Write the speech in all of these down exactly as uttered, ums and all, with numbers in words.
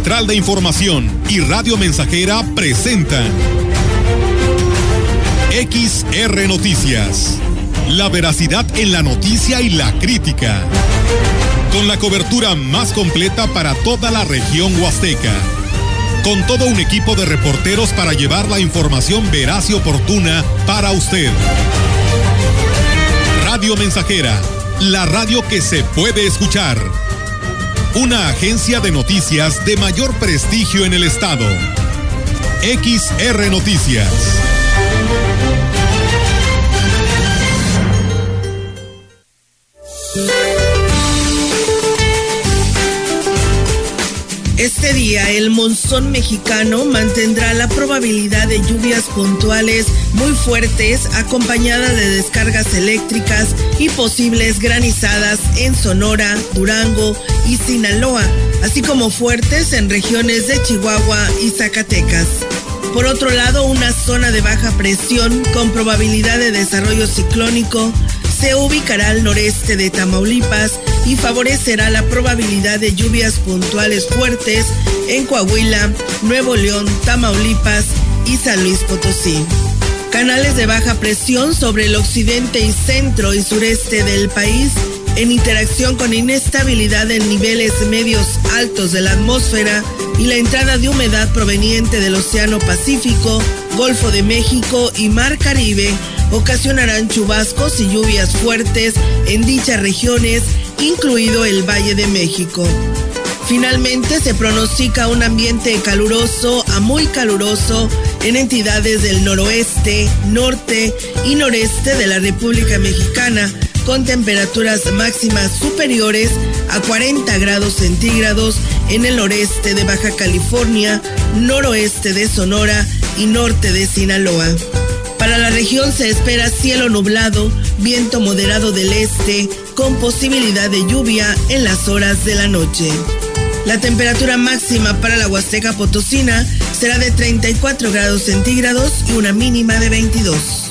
Central de Información y Radio Mensajera presentan X R Noticias. La veracidad en la noticia y la crítica. Con la cobertura más completa para toda la región huasteca. Con todo un equipo de reporteros para llevar la información veraz y oportuna para usted. Radio Mensajera, la radio que se puede escuchar. Una agencia de noticias de mayor prestigio en el estado. X R Noticias. Este día, el monzón mexicano mantendrá la probabilidad de lluvias puntuales muy fuertes, acompañada de descargas eléctricas y posibles granizadas en Sonora, Durango y Sinaloa, así como fuertes en regiones de Chihuahua y Zacatecas. Por otro lado, una zona de baja presión con probabilidad de desarrollo ciclónico se ubicará al noreste de Tamaulipas y favorecerá la probabilidad de lluvias puntuales fuertes en Coahuila, Nuevo León, Tamaulipas y San Luis Potosí. Canales de baja presión sobre el occidente y centro y sureste del país, en interacción con inestabilidad en niveles medios altos de la atmósfera y la entrada de humedad proveniente del Océano Pacífico, Golfo de México y Mar Caribe, ocasionarán chubascos y lluvias fuertes en dichas regiones, incluido el Valle de México. Finalmente, se pronostica un ambiente caluroso a muy caluroso en entidades del noroeste, norte y noreste de la República Mexicana, con temperaturas máximas superiores a cuarenta grados centígrados en el noreste de Baja California, noroeste de Sonora y norte de Sinaloa. Para la región se espera cielo nublado, viento moderado del este, con posibilidad de lluvia en las horas de la noche. La temperatura máxima para la Huasteca Potosina será de treinta y cuatro grados centígrados y una mínima de veintidós.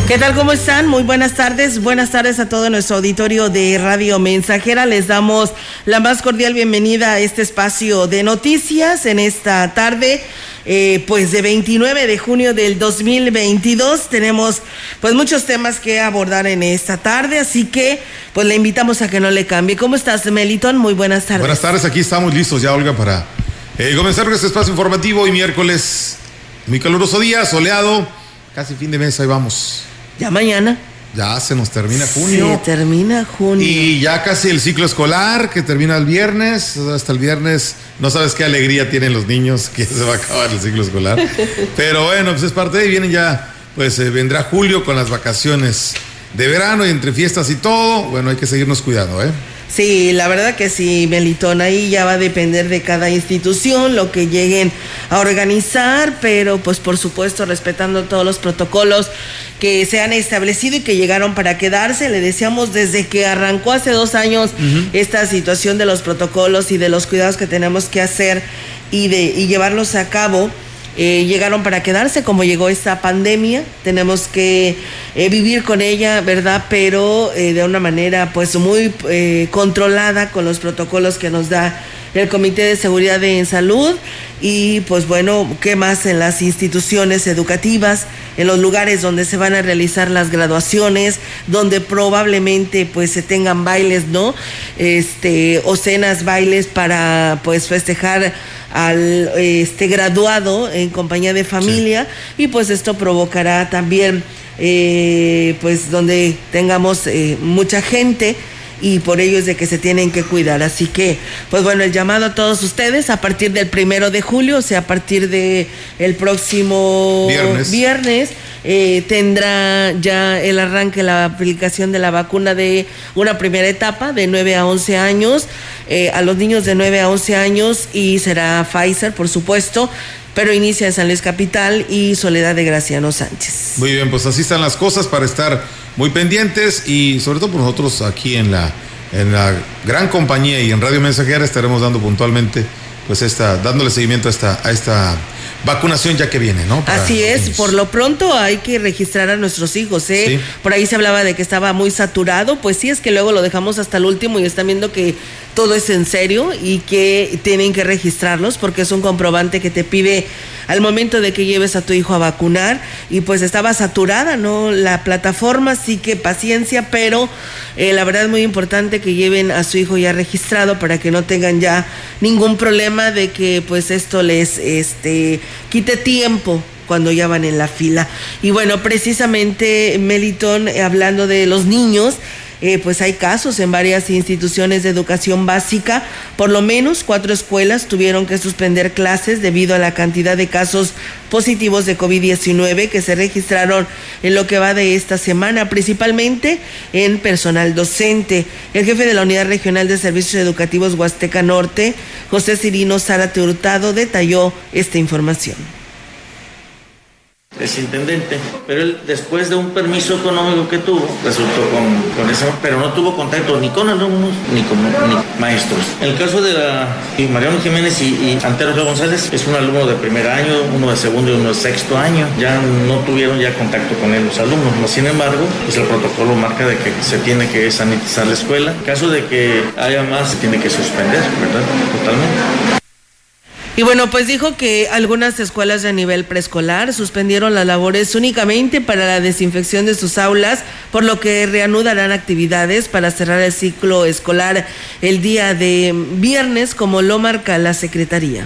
¿Qué tal? ¿Cómo están? Muy buenas tardes. Buenas tardes a todo nuestro auditorio de Radio Mensajera. Les damos la más cordial bienvenida a este espacio de noticias en esta tarde, eh, pues de veintinueve de junio del dos mil veintidós. Tenemos pues muchos temas que abordar en esta tarde, así que pues le invitamos a que no le cambie. ¿Cómo estás, Melitón? Muy buenas tardes. Buenas tardes, aquí estamos listos ya, Olga, para eh, comenzar con este espacio informativo. Hoy miércoles, muy caluroso día, soleado, casi fin de mes, ahí vamos. Ya mañana. Ya se nos termina junio. Se termina junio. Y ya casi el ciclo escolar que termina el viernes. Hasta el viernes no sabes qué alegría tienen los niños que se va a acabar el ciclo escolar. Pero bueno, pues es parte de, vienen ya, pues eh, vendrá julio con las vacaciones de verano y entre fiestas y todo. Bueno, hay que seguirnos cuidando, ¿eh? Sí, la verdad que sí, Melitón, ahí ya va a depender de cada institución lo que lleguen a organizar, pero pues por supuesto respetando todos los protocolos que se han establecido y que llegaron para quedarse. Le decíamos desde que arrancó hace dos años uh-huh. esta situación de los protocolos y de los cuidados que tenemos que hacer y de y llevarlos a cabo. Eh, llegaron para quedarse, como llegó esta pandemia, tenemos que eh, vivir con ella, ¿verdad? Pero eh, de una manera pues muy eh, controlada con los protocolos que nos da el Comité de Seguridad en Salud. Y pues bueno, ¿qué más en las instituciones educativas, en los lugares donde se van a realizar las graduaciones, donde probablemente pues se tengan bailes, ¿no? Este, o cenas, bailes para pues festejar al este graduado en compañía de familia, sí. Y pues esto provocará también eh, pues donde tengamos eh, mucha gente, y por ello es de que se tienen que cuidar. Así que, pues bueno, el llamado a todos ustedes a partir del primero de julio, o sea, a partir de el próximo viernes, viernes eh, tendrá ya el arranque, la aplicación de la vacuna de una primera etapa de nueve a once años, eh, a los niños de nueve a once años, y será Pfizer, por supuesto, pero inicia en San Luis Capital y Soledad de Graciano Sánchez. Muy bien, pues así están las cosas para estar muy pendientes, y sobre todo por nosotros aquí en la en la gran compañía y en Radio Mensajera estaremos dando puntualmente pues esta dándole seguimiento a esta a esta vacunación ya que viene, ¿no? Para Así es, niños. Por lo pronto hay que registrar a nuestros hijos, ¿eh? Sí. Por ahí se hablaba de que estaba muy saturado, pues sí, es que luego lo dejamos hasta el último y están viendo que todo es en serio y que tienen que registrarlos porque es un comprobante que te pide al momento de que lleves a tu hijo a vacunar, y pues estaba saturada, ¿no? La plataforma, sí que paciencia, pero eh, la verdad es muy importante que lleven a su hijo ya registrado para que no tengan ya ningún problema de que pues esto les este quite tiempo cuando ya van en la fila. Y bueno, precisamente, Melitón, eh, hablando de los niños, Eh, pues hay casos en varias instituciones de educación básica. Por lo menos cuatro escuelas tuvieron que suspender clases debido a la cantidad de casos positivos de COVID diecinueve que se registraron en lo que va de esta semana, principalmente en personal docente. El jefe de la Unidad Regional de Servicios Educativos Huasteca Norte, José Cirino Zárate Hurtado, detalló esta información. Es intendente, pero él después de un permiso económico que tuvo, resultó con, con eso, pero no tuvo contacto ni con alumnos ni con ni maestros. En el caso de la y Mariano Jiménez y, y Antero González, es un alumno de primer año, uno de segundo y uno de sexto año, ya no tuvieron ya contacto con él los alumnos. Sin embargo, pues el protocolo marca de que se tiene que sanitizar la escuela. En caso de que haya más, se tiene que suspender, ¿verdad? Totalmente. Y bueno, pues dijo que algunas escuelas de nivel preescolar suspendieron las labores únicamente para la desinfección de sus aulas, por lo que reanudarán actividades para cerrar el ciclo escolar el día de viernes, como lo marca la Secretaría.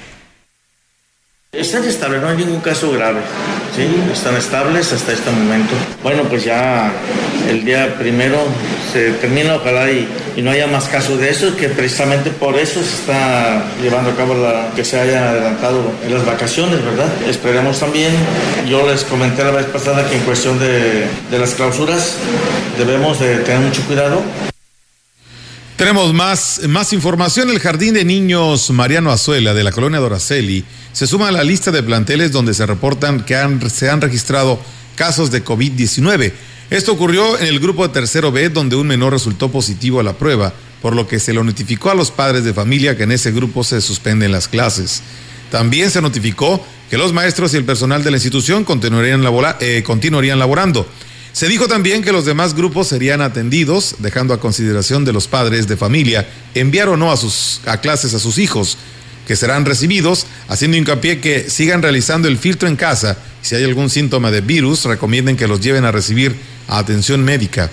Están estables, no hay ningún caso grave, ¿sí? Están estables hasta este momento. Bueno, pues ya el día primero se termina, ojalá y, y no haya más casos de eso, que precisamente por eso se está llevando a cabo la, que se haya adelantado en las vacaciones, ¿verdad? Esperemos también, yo les comenté la vez pasada que en cuestión de, de las clausuras debemos de tener mucho cuidado. Tenemos más, más información. El Jardín de Niños Mariano Azuela de la colonia Doraceli se suma a la lista de planteles donde se reportan que han, se han registrado casos de COVID diecinueve. Esto ocurrió en el grupo de tercero B, donde un menor resultó positivo a la prueba, por lo que se lo notificó a los padres de familia que en ese grupo se suspenden las clases. También se notificó que los maestros y el personal de la institución continuarían, labora, eh, continuarían laborando. Se dijo también que los demás grupos serían atendidos, dejando a consideración de los padres de familia enviar o no a sus a clases a sus hijos, que serán recibidos, haciendo hincapié que sigan realizando el filtro en casa. Si hay algún síntoma de virus, recomienden que los lleven a recibir atención médica.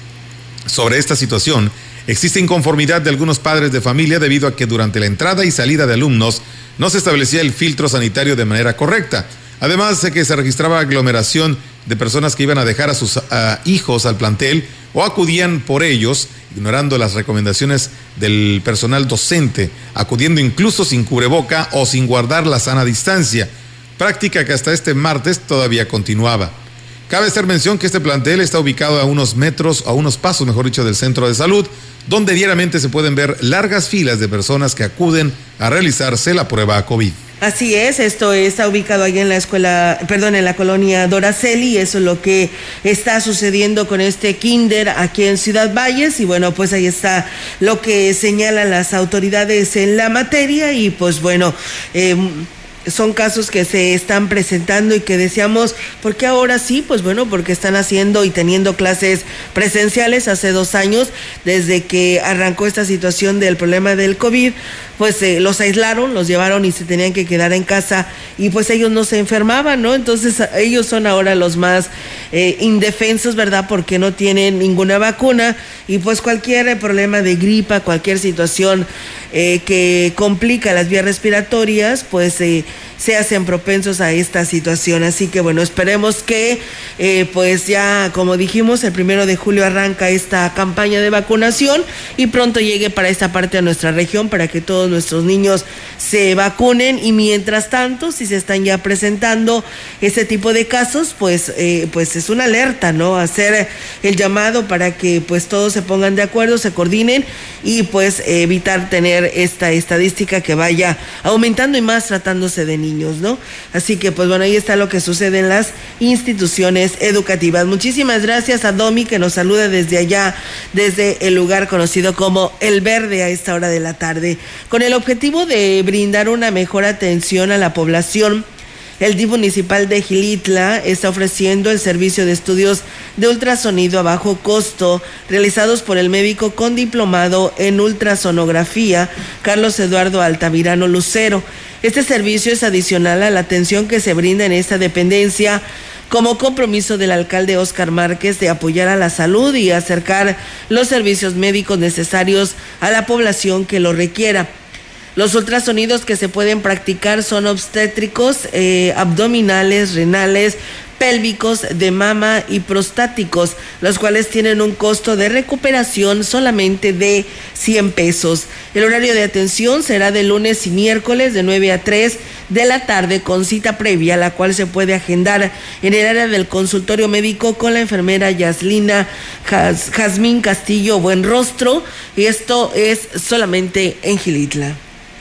Sobre esta situación, existe inconformidad de algunos padres de familia debido a que durante la entrada y salida de alumnos no se establecía el filtro sanitario de manera correcta. Además de que se registraba aglomeración de personas que iban a dejar a sus uh, hijos al plantel o acudían por ellos, ignorando las recomendaciones del personal docente, acudiendo incluso sin cubreboca o sin guardar la sana distancia, práctica que hasta este martes todavía continuaba. Cabe hacer mención que este plantel está ubicado a unos metros, a unos pasos, mejor dicho, del centro de salud, donde diariamente se pueden ver largas filas de personas que acuden a realizarse la prueba a COVID. Así es, esto está ubicado ahí en la escuela, perdón, en la colonia Doraceli, y eso es lo que está sucediendo con este kinder aquí en Ciudad Valles, y bueno, pues ahí está lo que señalan las autoridades en la materia, y pues bueno, eh, son casos que se están presentando y que decíamos, ¿por qué ahora sí? Pues bueno, porque están haciendo y teniendo clases presenciales hace dos años, desde que arrancó esta situación del problema del COVID, pues eh, los aislaron, los llevaron y se tenían que quedar en casa, y pues ellos no se enfermaban, ¿no? Entonces ellos son ahora los más eh, indefensos, ¿verdad? Porque no tienen ninguna vacuna, y pues cualquier problema de gripa, cualquier situación eh, que complica las vías respiratorias, pues eh, se hacen propensos a esta situación. Así que bueno, esperemos que eh, pues ya, como dijimos, el primero de julio arranca esta campaña de vacunación y pronto llegue para esta parte de nuestra región para que todos nuestros niños se vacunen, y mientras tanto, si se están ya presentando ese tipo de casos, pues eh, pues es una alerta, ¿no? Hacer el llamado para que pues todos se pongan de acuerdo, se coordinen, y pues eh, evitar tener esta estadística que vaya aumentando, y más tratándose de niños, ¿no? Así que pues bueno, ahí está lo que sucede en las instituciones educativas. Muchísimas gracias a Domi, que nos saluda desde allá, desde el lugar conocido como El Verde, a esta hora de la tarde. Con el objetivo de brindar una mejor atención a la población, el D I F municipal de Xilitla está ofreciendo el servicio de estudios de ultrasonido a bajo costo realizados por el médico con diplomado en ultrasonografía, Carlos Eduardo Altamirano Lucero. Este servicio es adicional a la atención que se brinda en esta dependencia, como compromiso del alcalde Óscar Márquez de apoyar a la salud y acercar los servicios médicos necesarios a la población que lo requiera. Los ultrasonidos que se pueden practicar son obstétricos, eh, abdominales, renales, pélvicos, de mama y prostáticos, los cuales tienen un costo de recuperación solamente de cien pesos. El horario de atención será de lunes y miércoles de nueve a tres de la tarde con cita previa, la cual se puede agendar en el área del consultorio médico con la enfermera Yaslina Jas, Jazmín Castillo Buenrostro, y esto es solamente en Xilitla.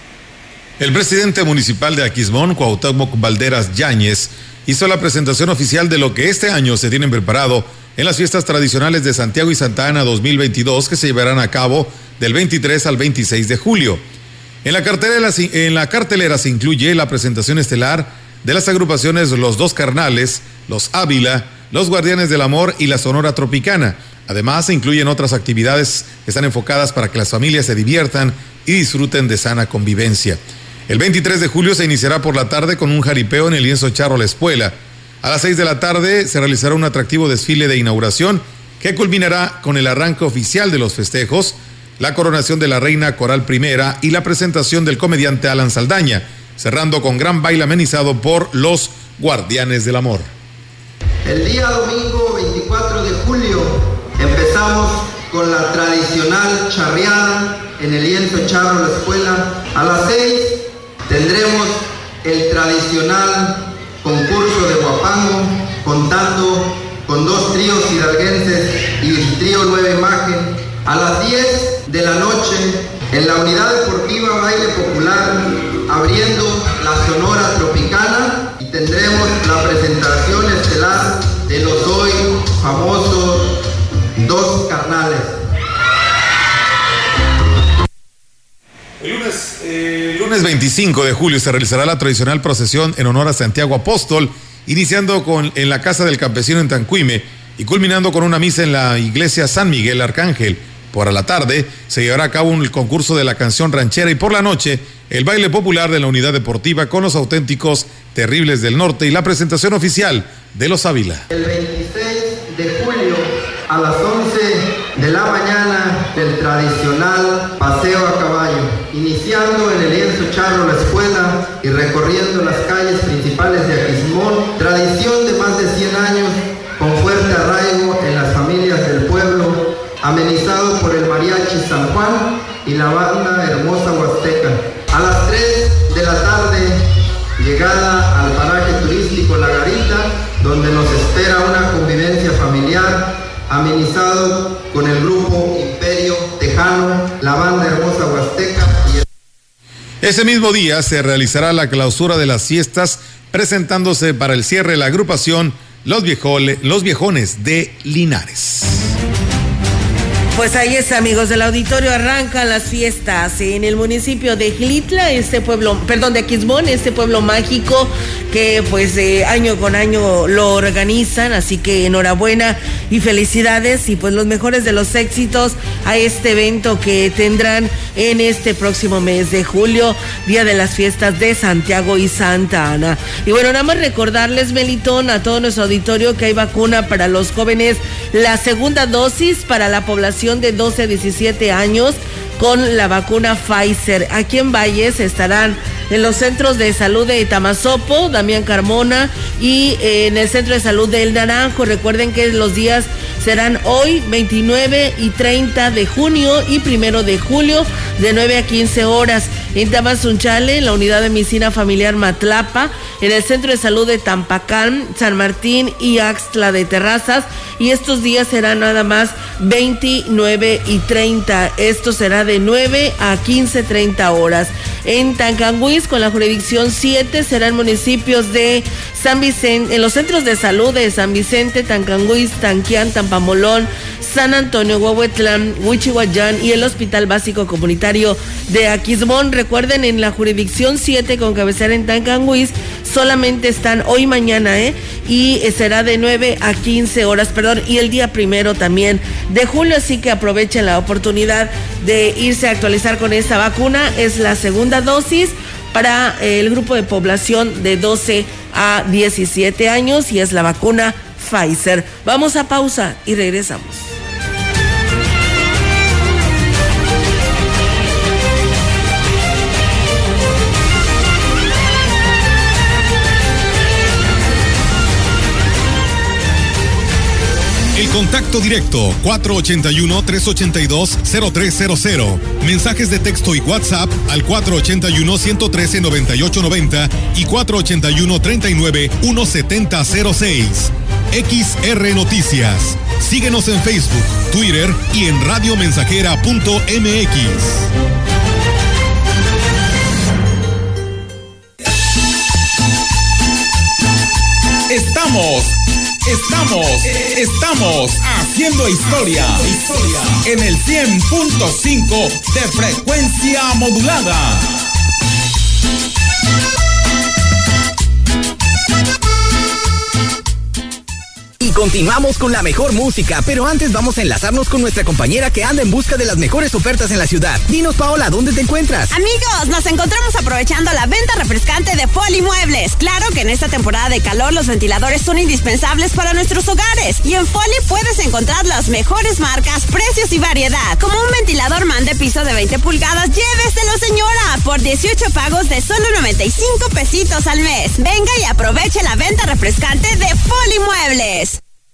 El presidente municipal de Aquismón, Cuauhtémoc Valderas Yáñez, hizo la presentación oficial de lo que este año se tienen preparado en las fiestas tradicionales de Santiago y Santa Ana dos mil veintidós, que se llevarán a cabo del veintitrés al veintiséis de julio. En la cartelera, en la cartelera se incluye la presentación estelar de las agrupaciones Los Dos Carnales, Los Ávila, Los Guardianes del Amor y la Sonora Tropicana. Además, se incluyen otras actividades que están enfocadas para que las familias se diviertan y disfruten de sana convivencia. El veintitrés de julio se iniciará por la tarde con un jaripeo en el lienzo Charro La Espuela. A las seis de la tarde se realizará un atractivo desfile de inauguración que culminará con el arranque oficial de los festejos, la coronación de la reina Coral Primera y la presentación del comediante Alan Saldaña, cerrando con gran baile amenizado por los Guardianes del Amor. El día domingo veinticuatro de julio empezamos con la tradicional charreada en el lienzo Charro La Espuela. A las seis tendremos el tradicional concurso de guapango, contando con dos tríos hidalguenses y trío Nueva Imagen. A las diez de la noche, en la unidad deportiva Baile Popular, abriendo la Sonora Tropicana, y tendremos la presentación estelar de los hoy famosos Dos Carnales. El lunes, eh, el lunes veinticinco de julio se realizará la tradicional procesión en honor a Santiago Apóstol, iniciando con en la Casa del Campesino en Tancuime, y culminando con una misa en la iglesia San Miguel Arcángel. Por la tarde se llevará a cabo el concurso de la canción ranchera y por la noche el baile popular de la unidad deportiva con los auténticos Terribles del Norte y la presentación oficial de los Ávila. El veintiséis de julio a las once de la mañana el tradicional paseo a caballo, iniciando en el lienzo charro la escuela y recorriendo las calles principales de Aquismón, tradición de más de cien años con fuerte arraigo en las familias del pueblo, amenizado por el mariachi San Juan y la banda Hermosa Huasteca. A las tres de la tarde, llegada al paraje turístico La Garita, donde nos espera una convivencia familiar, amenizado con el grupo Imperio Tejano, la banda Hermosa Huasteca y el... Ese mismo día se realizará la clausura de las fiestas, presentándose para el cierre la agrupación Los, Viejole, Los Viejones de Linares. Pues ahí está, amigos del auditorio, arrancan las fiestas en el municipio de Xilitla, este pueblo, perdón, de Aquismón, este pueblo mágico que pues eh, año con año lo organizan, así que enhorabuena y felicidades y pues los mejores de los éxitos a este evento que tendrán en este próximo mes de julio, día de las fiestas de Santiago y Santa Ana. Y bueno, nada más recordarles, Melitón, a todo nuestro auditorio que hay vacuna para los jóvenes, la segunda dosis para la población de doce a diecisiete años con la vacuna Pfizer. Aquí en Valles estarán en los centros de salud de Tamazopo, Damián Carmona, y en el centro de salud de El Naranjo. Recuerden que los días serán hoy, veintinueve y treinta de junio y primero de julio, de nueve a quince horas. En Tamazunchale, en la unidad de medicina familiar Matlapa, en el centro de salud de Tampacán, San Martín y Axtla de Terrazas, y estos días serán nada más veintinueve y treinta. Esto será de nueve a quince treinta horas. En Tancanguis, con la jurisdicción siete, serán municipios de San Vicente, en los centros de salud de San Vicente, Tancanguis, Tanquián, Tampamolón, San Antonio, Huehuetlán, Huichihuayán y el Hospital Básico Comunitario de Aquismón. Recuerden, en la jurisdicción siete, con cabecera en Tancanguis, solamente están hoy y mañana, ¿eh? Y será de nueve a quince horas, perdón, y el día primero también de julio, así que aprovechen la oportunidad de irse a actualizar con esta vacuna. Es la segunda dosis para el grupo de población de doce a diecisiete años y es la vacuna Pfizer. Vamos a pausa y regresamos. El contacto directo cuatro ochenta y uno, trescientos ochenta y dos, cero tres cero cero. Mensajes de texto y WhatsApp al cuatro ochenta y uno, ciento trece, noventa y ocho noventa y cuatro ochenta y uno, treinta y nueve, ciento setenta cero seis. X R Noticias. Síguenos en Facebook, Twitter y en radiomensajera punto m x. Estamos, estamos, estamos haciendo historia, historia en el cien punto cinco de frecuencia modulada. Y continuamos con la mejor música, pero antes vamos a enlazarnos con nuestra compañera que anda en busca de las mejores ofertas en la ciudad. Dinos, Paola, ¿dónde te encuentras? Amigos, nos encontramos aprovechando la venta refrescante de Foli Muebles. Claro que en esta temporada de calor los ventiladores son indispensables para nuestros hogares. Y en Foli puedes encontrar las mejores marcas, precios y variedad. Como un ventilador MAN de piso de veinte pulgadas, lléveselo, señora, por dieciocho pagos de solo noventa y cinco pesitos al mes. Venga y aproveche la venta refrescante de Foli Muebles.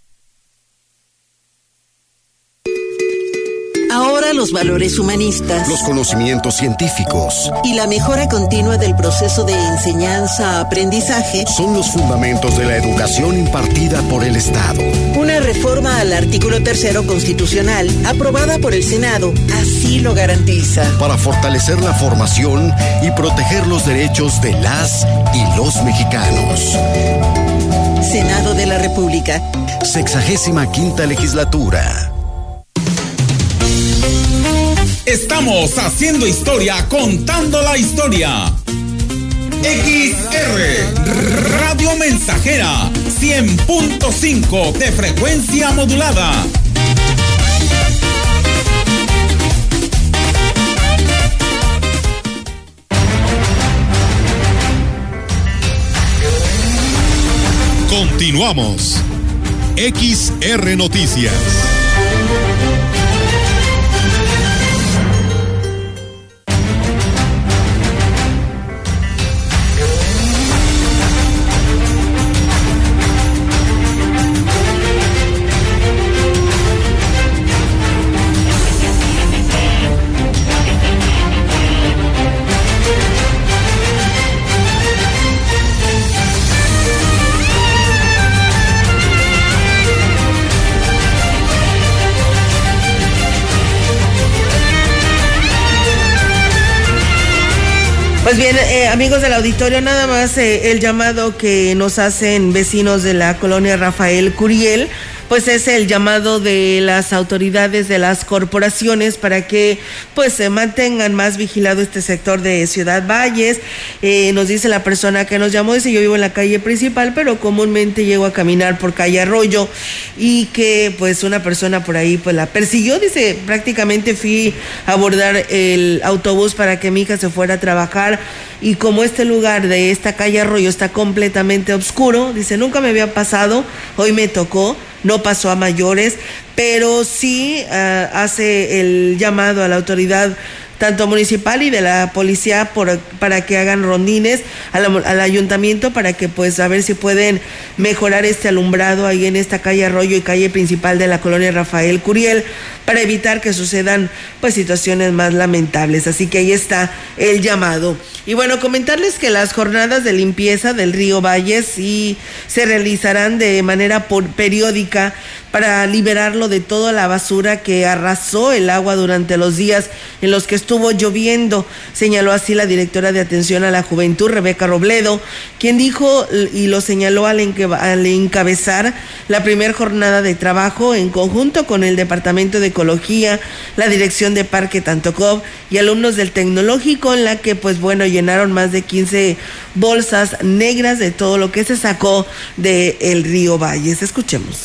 Ahora los valores humanistas, los conocimientos científicos y la mejora continua del proceso de enseñanza-aprendizaje son los fundamentos de la educación impartida por el Estado. Una reforma al artículo tercero constitucional aprobada por el Senado así lo garantiza. Para fortalecer la formación y proteger los derechos de las y los mexicanos. Senado de la República. Sexagésima quinta legislatura. Estamos haciendo historia, contando la historia. X R Radio Mensajera cien punto cinco de frecuencia modulada. Continuamos. X R Noticias. Pues bien, eh, amigos del auditorio, nada más eh, el llamado que nos hacen vecinos de la colonia Rafael Curiel, pues es el llamado de las autoridades de las corporaciones para que pues se mantengan más vigilado este sector de Ciudad Valles. Eh, nos dice la persona que nos llamó, dice: yo vivo en la calle principal, pero comúnmente llego a caminar por calle Arroyo, y que pues una persona por ahí pues la persiguió. Dice: prácticamente fui a abordar el autobús para que mi hija se fuera a trabajar, y como este lugar de esta calle Arroyo está completamente oscuro, dice, nunca me había pasado, hoy me tocó. No pasó a mayores, pero sí uh, hace el llamado a la autoridad tanto municipal y de la policía por, para que hagan rondines al, al ayuntamiento para que pues a ver si pueden mejorar este alumbrado ahí en esta calle Arroyo y calle principal de la colonia Rafael Curiel, para evitar que sucedan pues situaciones más lamentables. Así que ahí está el llamado. Y bueno, comentarles que las jornadas de limpieza del río Valles sí se realizarán de manera por, periódica para liberarlo de toda la basura que arrasó el agua durante los días en los que estuvo lloviendo, señaló así la directora de Atención a la Juventud, Rebeca Robledo, quien dijo y lo señaló al, enque, al encabezar la primera jornada de trabajo en conjunto con el Departamento de Ecología, la Dirección de Parque Tantocop y alumnos del Tecnológico, en la que pues bueno llenaron más de quince bolsas negras de todo lo que se sacó del río Valles. Escuchemos.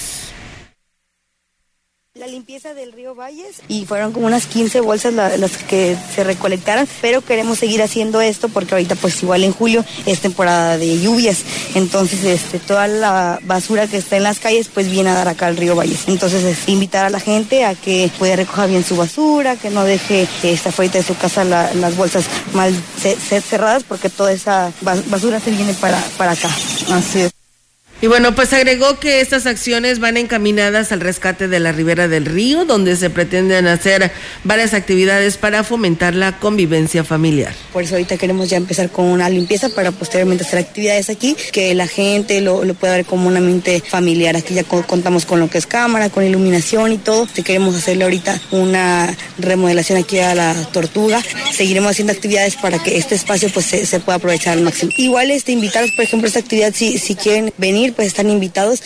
La limpieza del río Valles, y fueron como unas quince bolsas la, las que se recolectaron, pero queremos seguir haciendo esto porque ahorita pues igual en julio es temporada de lluvias, entonces este toda la basura que está en las calles pues viene a dar acá al río Valles. Entonces es invitar a la gente a que pueda recoger bien su basura, que no deje esta afuera de su casa la, las bolsas mal se, se cerradas, porque toda esa basura se viene para, para acá. Así es. Y bueno, pues agregó que estas acciones van encaminadas al rescate de la ribera del río, donde se pretenden hacer varias actividades para fomentar la convivencia familiar. Por eso ahorita queremos ya empezar con una limpieza para posteriormente hacer actividades aquí, que la gente lo, lo pueda ver como un ambiente familiar. Aquí ya co- contamos con lo que es cámara, con iluminación y todo. Si queremos hacerle ahorita una remodelación aquí a la Tortuga, seguiremos haciendo actividades para que este espacio pues se, se pueda aprovechar al máximo. Igual este invitarlos, por ejemplo, a esta actividad, si, si quieren venir, pues están invitados.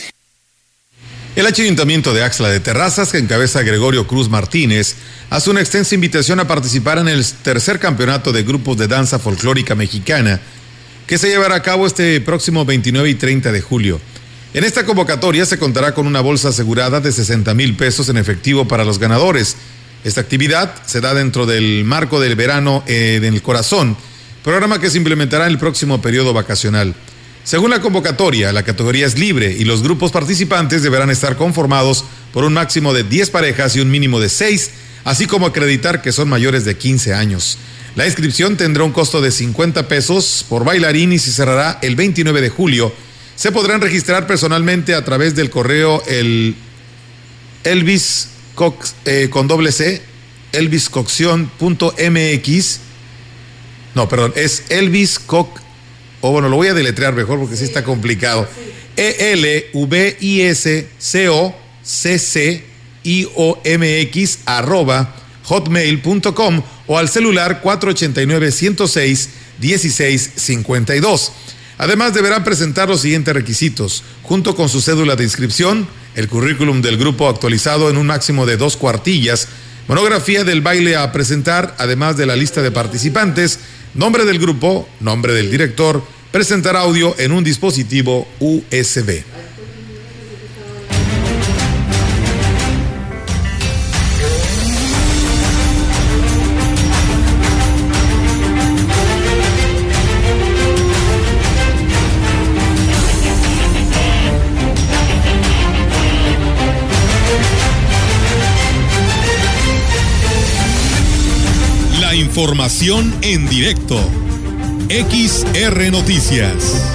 El Ayuntamiento de Axtla de Terrazas, que encabeza Gregorio Cruz Martínez, hace una extensa invitación a participar en el tercer campeonato de grupos de danza folclórica mexicana, que se llevará a cabo este próximo veintinueve y treinta de julio. En esta convocatoria se contará con una bolsa asegurada de sesenta mil pesos en efectivo para los ganadores. Esta actividad se da dentro del marco del verano eh, en el corazón, programa que se implementará en el próximo periodo vacacional. Según la convocatoria, la categoría es libre y los grupos participantes deberán estar conformados por un máximo de diez parejas y un mínimo de seis, así como acreditar que son mayores de quince años. La inscripción tendrá un costo de cincuenta pesos por bailarín y se cerrará el veintinueve de julio. Se podrán registrar personalmente a través del correo el Elvis Cox, eh, con doble C, elviscoxion punto m x. No, perdón, es Elvis Cox. O bueno, lo voy a deletrear mejor porque sí está complicado. E L V I S C O C C I O M X arroba hotmail punto com o al celular cuatro ochenta y nueve, ciento seis, dieciséis cincuenta y dos. Además deberán presentar los siguientes requisitos, junto con su cédula de inscripción, el currículum del grupo actualizado en un máximo de dos cuartillas, monografía del baile a presentar, además de la lista de participantes, nombre del grupo, nombre del director, presentar audio en un dispositivo U S B. información en directo. X R Noticias.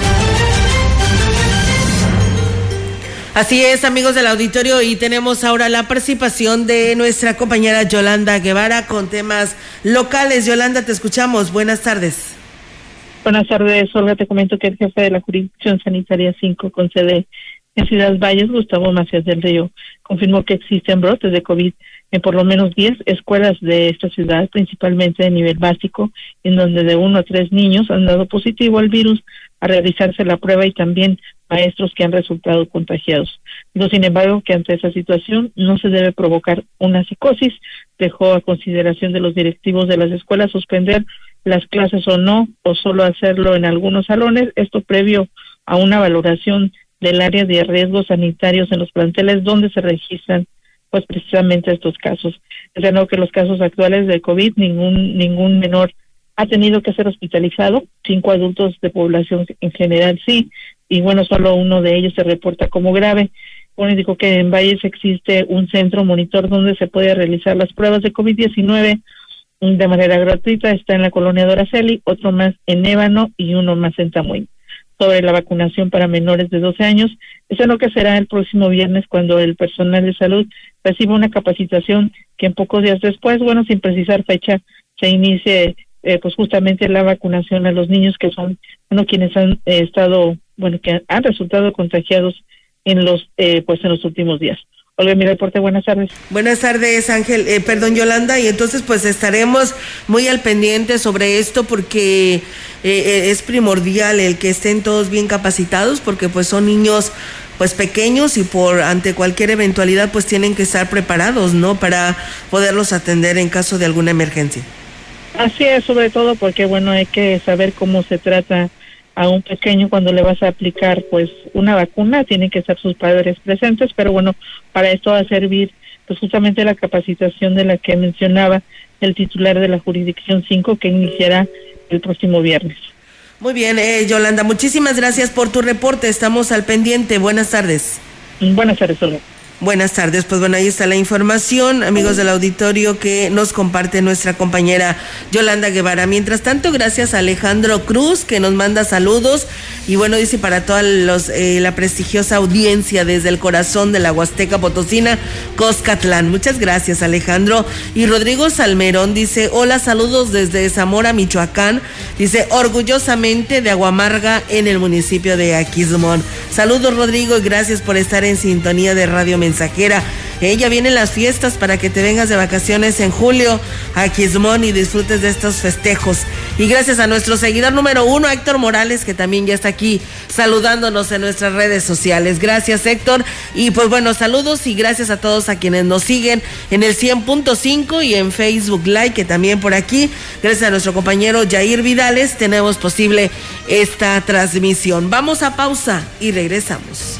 Así es, amigos del auditorio, y tenemos ahora la participación de nuestra compañera Yolanda Guevara con temas locales. Yolanda, te escuchamos. Buenas tardes. Buenas tardes, Olga. Te comento que el jefe de la Jurisdicción Sanitaria cinco con sede en Ciudad Valles, Gustavo Macías del Río, confirmó que existen brotes de COVID en por lo menos diez escuelas de esta ciudad, principalmente de nivel básico, en donde de uno a tres niños han dado positivo al virus a realizarse la prueba y también maestros que han resultado contagiados. Digo, sin embargo, que ante esa situación no se debe provocar una psicosis. Dejó a consideración de los directivos de las escuelas suspender las clases o no, o solo hacerlo en algunos salones, esto previo a una valoración del área de riesgos sanitarios en los planteles donde se registran pues precisamente estos casos. Es no que los casos actuales de COVID, ningún ningún menor ha tenido que ser hospitalizado, cinco adultos de población en general sí, y bueno, solo uno de ellos se reporta como grave. Bueno, dijo que en Valles existe un centro monitor donde se puede realizar las pruebas de COVID diecinueve de manera gratuita, está en la colonia Doraceli, otro más en Ébano y uno más en Tamuín. Sobre la vacunación para menores de doce años, eso es lo que será el próximo viernes cuando el personal de salud reciba una capacitación que en pocos días después, bueno, sin precisar fecha, se inicie eh, pues justamente la vacunación a los niños que son, bueno, quienes han eh, estado, bueno, que han resultado contagiados en los, eh, pues en los últimos días. Olga, mi reporte, buenas tardes. Buenas tardes, Ángel, eh, perdón, Yolanda, y entonces pues estaremos muy al pendiente sobre esto porque eh, es primordial el que estén todos bien capacitados porque pues son niños pues pequeños y por ante cualquier eventualidad pues tienen que estar preparados, ¿no? Para poderlos atender en caso de alguna emergencia. Así es, sobre todo porque bueno, hay que saber cómo se trata a un pequeño cuando le vas a aplicar pues una vacuna, tienen que estar sus padres presentes, pero bueno, para esto va a servir pues justamente la capacitación de la que mencionaba el titular de la jurisdicción cinco que iniciará el próximo viernes. Muy bien, eh, Yolanda, muchísimas gracias por tu reporte, estamos al pendiente, buenas tardes. Buenas tardes, Olga. Buenas tardes, pues bueno, ahí está la información, amigos del auditorio, que nos comparte nuestra compañera Yolanda Guevara. Mientras tanto, gracias a Alejandro Cruz, que nos manda saludos, y bueno, dice para toda los, eh, la prestigiosa audiencia desde el corazón de la Huasteca Potosina, Coscatlán. Muchas gracias, Alejandro. Y Rodrigo Salmerón dice, hola, saludos desde Zamora, Michoacán, dice, orgullosamente de Aguamarga, en el municipio de Aquismón. Saludos, Rodrigo, y gracias por estar en sintonía de Radio Mensajera. Ella vienen las fiestas para que te vengas de vacaciones en julio a Aquismón y disfrutes de estos festejos. Y gracias a nuestro seguidor número uno, Héctor Morales, que también ya está aquí saludándonos en nuestras redes sociales. Gracias, Héctor. Y pues bueno, saludos y gracias a todos a quienes nos siguen en el cien punto cinco y en Facebook Live, que también por aquí, gracias a nuestro compañero Jair Vidales, tenemos posible esta transmisión. Vamos a pausa y regresamos.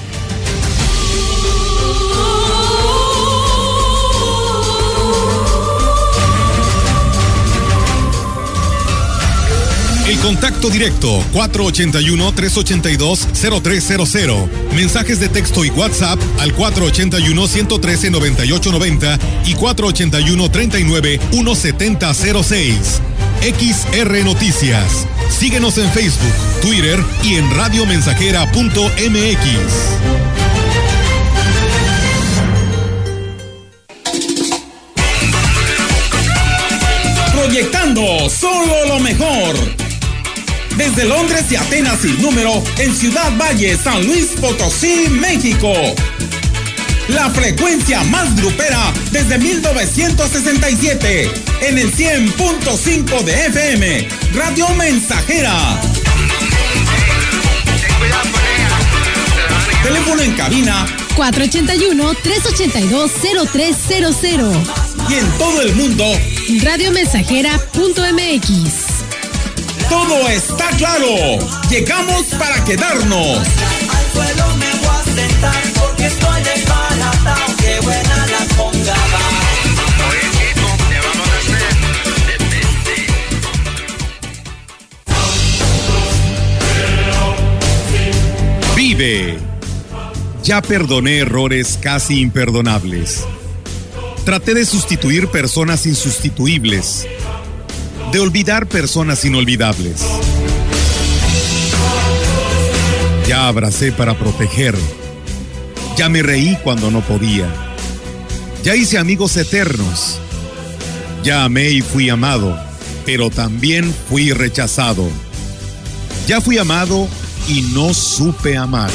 El contacto directo cuatro ochenta y uno, trescientos ochenta y dos, cero tres cero cero. Mensajes de texto y WhatsApp al cuatro ochenta y uno, ciento trece, noventa y ocho noventa y cuatro ochenta y uno, treinta y nueve, ciento setenta cero seis. X R Noticias. Síguenos en Facebook, Twitter y en radiomensajera punto m x. Proyectando solo lo mejor. Desde Londres y Atenas sin número, en Ciudad Valle, San Luis Potosí, México. La frecuencia más grupera desde mil novecientos sesenta y siete, en el cien punto cinco de F M, Radio Mensajera. Teléfono en cabina cuatro ochenta y uno, trescientos ochenta y dos, cero tres cero cero. Y en todo el mundo, radiomensajera punto m x. Todo está claro. Llegamos para quedarnos. Al suelo me voy a sentar porque estoy desbaratado. Qué buena la pongada. Vive. Ya perdoné errores casi imperdonables. Traté de sustituir personas insustituibles. de olvidar personas inolvidables. Ya abracé para proteger. Ya me reí cuando no podía. Ya hice amigos eternos. Ya amé y fui amado, pero también fui rechazado. Ya fui amado y no supe amar.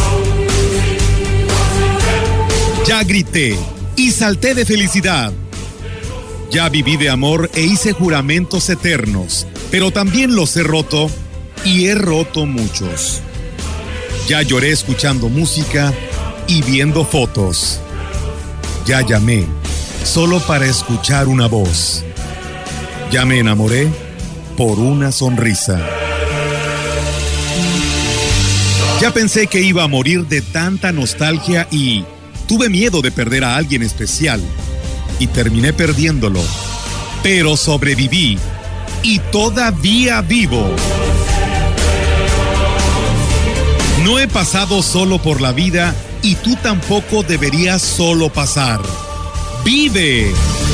Ya grité y salté de felicidad. Ya viví de amor e hice juramentos eternos, pero también los he roto y he roto muchos. Ya lloré escuchando música y viendo fotos. Ya llamé solo para escuchar una voz. Ya me enamoré por una sonrisa. Ya pensé que iba a morir de tanta nostalgia y tuve miedo de perder a alguien especial y terminé perdiéndolo, pero sobreviví y todavía vivo. No he pasado solo por la vida y tú tampoco deberías solo pasar. ¡Vive!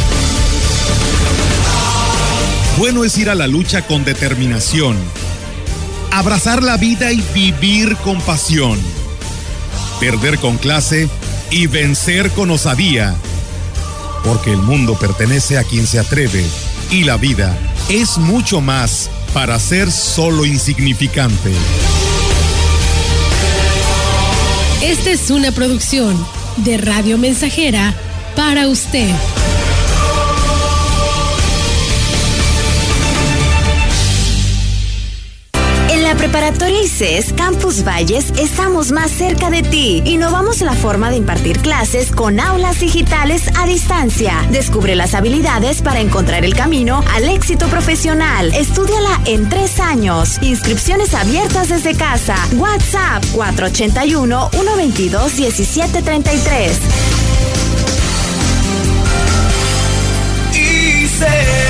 Bueno es ir a la lucha con determinación, abrazar la vida y vivir con pasión, perder con clase y vencer con osadía, porque el mundo pertenece a quien se atreve y la vida es mucho más para ser solo insignificante. Esta es una producción de Radio Mensajera para usted. En la Preparatoria I C E S Campus Valles estamos más cerca de ti. Innovamos la forma de impartir clases con aulas digitales a distancia. Descubre las habilidades para encontrar el camino al éxito profesional. Estúdiala en tres años. Inscripciones abiertas desde casa. WhatsApp cuatro ocho uno, uno dos dos, uno siete tres tres. I C E S.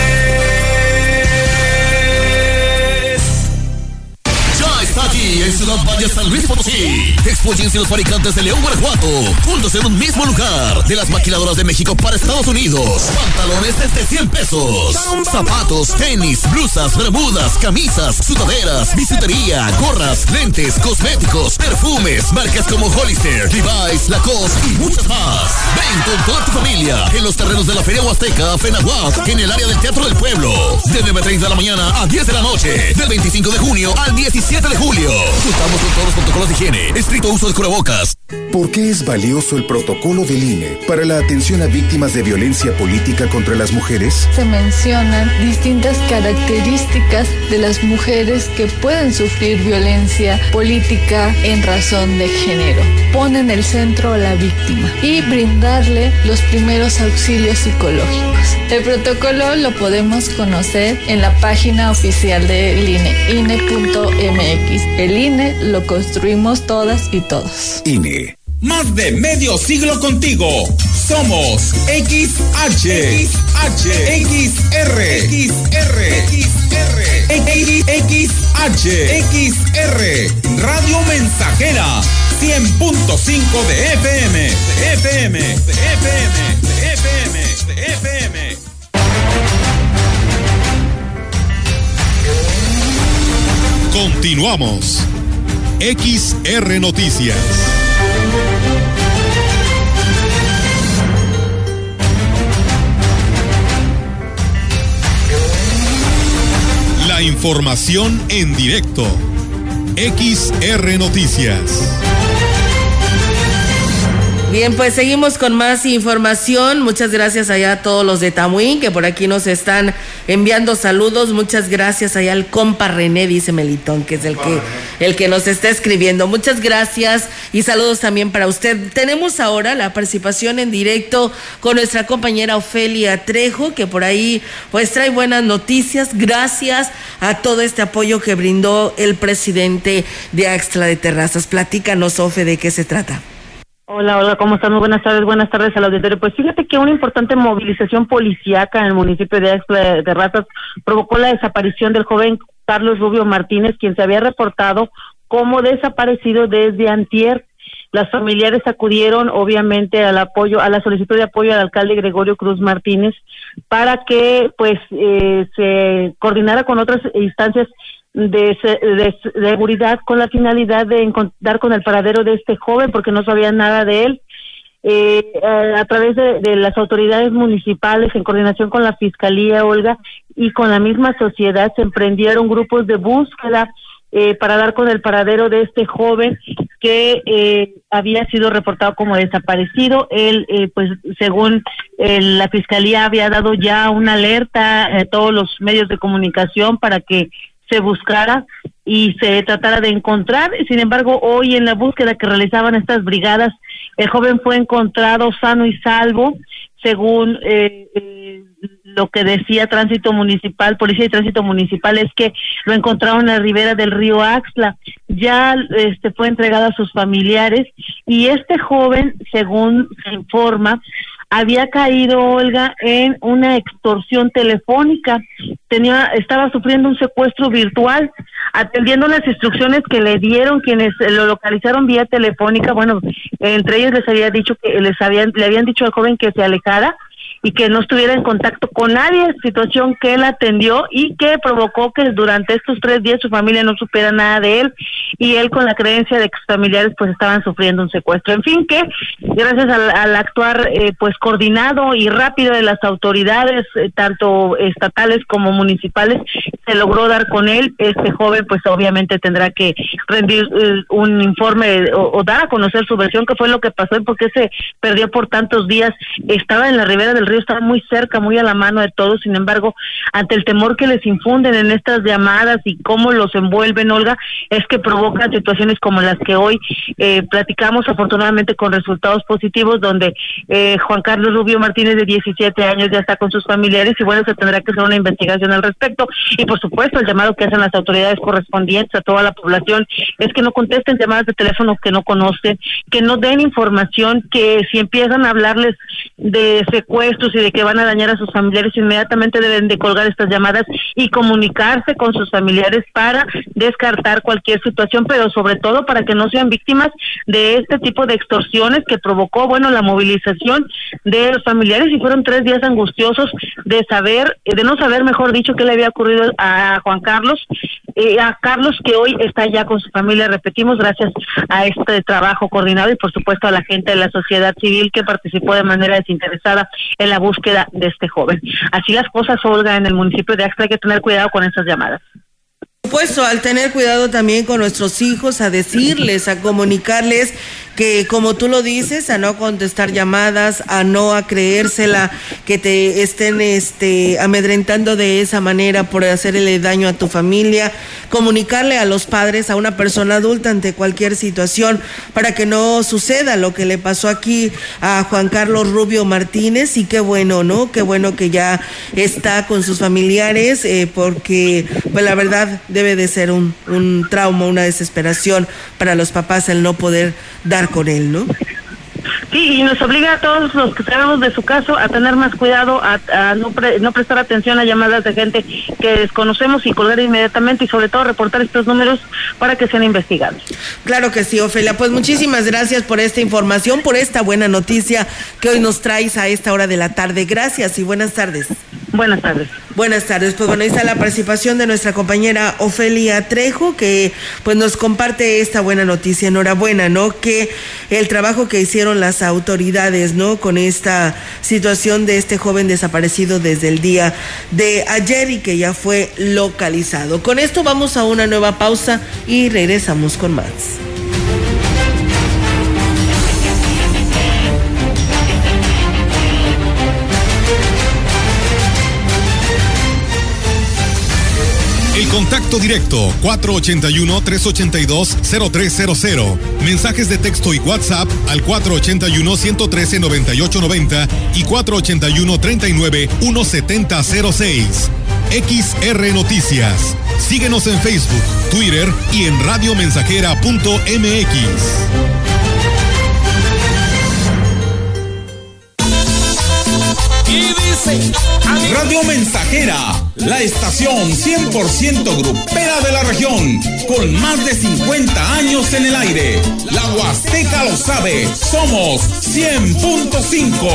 Aquí en Ciudad Valle, San Luis Potosí. Expóyense los fabricantes de León, Guanajuato, juntos en un mismo lugar. De las maquiladoras de México para Estados Unidos. Pantalones desde cien pesos. Zapatos, tenis, blusas, bermudas, camisas, sudaderas, bisutería, gorras, lentes, cosméticos, perfumes, marcas como Hollister, Levi's, Lacoste y muchas más. Ven con toda tu familia en los terrenos de la Feria Huasteca, Fenahuac, en el área del Teatro del Pueblo. De nueve treinta de la mañana a diez de la noche. Del veinticinco de junio al diecisiete de julio. Contamos con todos los protocolos de higiene, estricto uso de cubrebocas. ¿Por qué es valioso el protocolo del I N E para la atención a víctimas de violencia política contra las mujeres? Se mencionan distintas características de las mujeres que pueden sufrir violencia política en razón de género. Ponen el centro a la víctima y brindarle los primeros auxilios psicológicos. El protocolo lo podemos conocer en la página oficial del I N E, I N E punto M X. El I N E lo construimos todas y todos. I N E. Más de medio siglo contigo. Somos X H, X H, X R, X R, X R, X H, X R, Radio Mensajera, cien punto cinco de F M, de F M, de F M, de F M, de F M. Continuamos. X R Noticias. La información en directo. X R Noticias. Bien, pues seguimos con más información. Muchas gracias allá a todos los de Tamuín que por aquí nos están enviando saludos. Muchas gracias allá al compa René, dice Melitón, que es el que, el que nos está escribiendo. Muchas gracias y saludos también para usted. Tenemos ahora la participación en directo con nuestra compañera Ofelia Trejo, que por ahí pues trae buenas noticias gracias a todo este apoyo que brindó el presidente de Axtla de Terrazas. Platícanos, Ofe, ¿de qué se trata? Hola, hola, ¿cómo están? Muy buenas tardes, buenas tardes al auditorio. Pues fíjate que una importante movilización policíaca en el municipio de Axtla de Terrazas provocó la desaparición del joven Carlos Rubio Martínez, quien se había reportado como desaparecido desde antier. Las familiares acudieron obviamente al apoyo, a la solicitud de apoyo al alcalde Gregorio Cruz Martínez para que pues eh, se coordinara con otras instancias de, de, de seguridad con la finalidad de dar con el paradero de este joven porque no sabían nada de él. Eh, a, a través de, de las autoridades municipales, en coordinación con la Fiscalía, Olga, y con la misma sociedad, se emprendieron grupos de búsqueda eh, para dar con el paradero de este joven que eh, había sido reportado como desaparecido. Él, eh, pues, según eh, la Fiscalía, había dado ya una alerta a todos los medios de comunicación para que se buscara y se tratara de encontrar. Sin embargo, hoy en la búsqueda que realizaban estas brigadas, el joven fue encontrado sano y salvo, según eh, eh, lo que decía Tránsito Municipal, Policía y Tránsito Municipal, es que lo encontraron en la ribera del río Axtla. Ya este fue entregado a sus familiares y este joven, según se informa, había caído, Olga, en una extorsión telefónica. Tenía, estaba sufriendo un secuestro virtual, atendiendo las instrucciones que le dieron quienes lo localizaron vía telefónica. Bueno, entre ellos les había dicho que les habían, le habían dicho al joven que se alejara y que no estuviera en contacto con nadie, situación que él atendió y que provocó que durante estos tres días su familia no supiera nada de él y él con la creencia de que sus familiares pues estaban sufriendo un secuestro. En fin, que gracias al, al actuar eh, pues coordinado y rápido de las autoridades, eh, tanto estatales como municipales, se logró dar con él. Este joven pues obviamente tendrá que rendir eh, un informe o, o dar a conocer su versión, qué fue lo que pasó y por qué se perdió por tantos días. Estaba en la ribera del río, estaba muy cerca, muy a la mano de todos. Sin embargo, ante el temor que les infunden en estas llamadas y cómo los envuelven, Olga, es que provocan situaciones como las que hoy eh, platicamos, afortunadamente con resultados positivos, donde eh, Juan Carlos Rubio Martínez, de diecisiete años, ya está con sus familiares y bueno, se tendrá que hacer una investigación al respecto. Y por supuesto, el llamado que hacen las autoridades correspondientes a toda la población es que no contesten llamadas de teléfono que no conocen, que no den información, que si empiezan a hablarles de secuestros y de que van a dañar a sus familiares, inmediatamente deben de colgar estas llamadas y comunicarse con sus familiares para descartar cualquier situación, pero sobre todo para que no sean víctimas de este tipo de extorsiones que provocó, bueno, la movilización de los familiares. Y fueron tres días angustiosos de saber, de no saber, mejor dicho, qué le había ocurrido a Juan Carlos, eh, a Carlos, que hoy está ya con su familia, repetimos, gracias a este trabajo coordinado y por supuesto a la gente de la sociedad civil que participó de manera desinteresada en la búsqueda de este joven. Así las cosas, Olga, en el municipio de Axtla. Hay que tener cuidado con esas llamadas. Por supuesto, al tener cuidado también con nuestros hijos, a decirles, a comunicarles que, como tú lo dices, a no contestar llamadas, a no a creérsela, que te estén este amedrentando de esa manera por hacerle daño a tu familia, comunicarle a los padres, a una persona adulta ante cualquier situación, para que no suceda lo que le pasó aquí a Juan Carlos Rubio Martínez. Y qué bueno, ¿no? Qué bueno que ya está con sus familiares, eh, porque pues la verdad debe de ser un, un trauma, una desesperación para los papás el no poder dar con él, ¿no? Sí, y nos obliga a todos los que sabemos de su caso a tener más cuidado, a, a no, pre, no prestar atención a llamadas de gente que desconocemos y colgar inmediatamente, y sobre todo reportar estos números para que sean investigados. Claro que sí, Ofelia. Pues muchísimas gracias por esta información, por esta buena noticia que hoy nos traes a esta hora de la tarde. Gracias y buenas tardes. Buenas tardes. Buenas tardes. Pues bueno, ahí está la participación de nuestra compañera Ofelia Trejo, que pues nos comparte esta buena noticia. Enhorabuena, ¿no? Que el trabajo que hicieron las autoridades, ¿no? Con esta situación de este joven desaparecido desde el día de ayer y que ya fue localizado. Con esto vamos a una nueva pausa y regresamos con más. El contacto directo cuatro ochenta y uno, trescientos ochenta y dos, cero tres cero cero. Mensajes de texto y WhatsApp al cuatro ochenta y uno, ciento trece, noventa y ocho noventa y cuatro ochenta y uno, treinta y nueve, ciento setenta cero seis. X R Noticias. Síguenos en Facebook, Twitter y en radiomensajera punto m x. Radio Mensajera, la estación cien por ciento grupera de la región, con más de cincuenta años en el aire. La Huasteca lo sabe, somos cien punto cinco.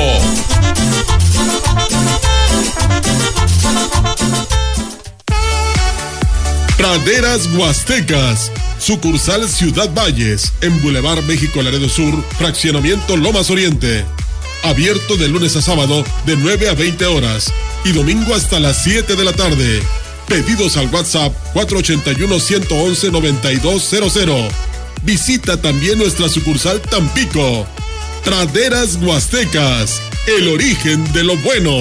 Praderas Huastecas, sucursal Ciudad Valles, en Boulevard México Laredo Sur, fraccionamiento Lomas Oriente. Abierto de lunes a sábado de nueve a veinte horas y domingo hasta las siete de la tarde. Pedidos al WhatsApp cuatro ocho uno, uno uno uno, nueve dos cero cero. Visita también nuestra sucursal Tampico. Praderas Huastecas, el origen de lo bueno.